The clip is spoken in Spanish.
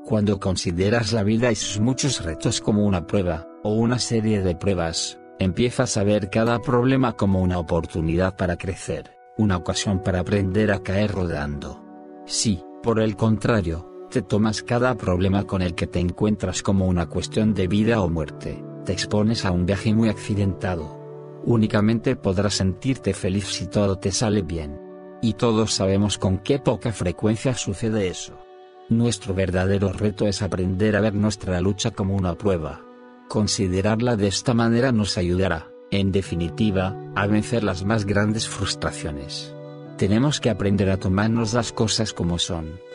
Cuando consideras la vida y sus muchos retos como una prueba, o una serie de pruebas, empiezas a ver cada problema como una oportunidad para crecer, una ocasión para aprender a caer rodando. Si, por el contrario, te tomas cada problema con el que te encuentras como una cuestión de vida o muerte, te expones a un viaje muy accidentado. Únicamente podrás sentirte feliz si todo te sale bien. Y todos sabemos con qué poca frecuencia sucede eso. Nuestro verdadero reto es aprender a ver nuestra lucha como una prueba. Considerarla de esta manera nos ayudará, en definitiva, a vencer las más grandes frustraciones. Tenemos que aprender a tomarnos las cosas como son,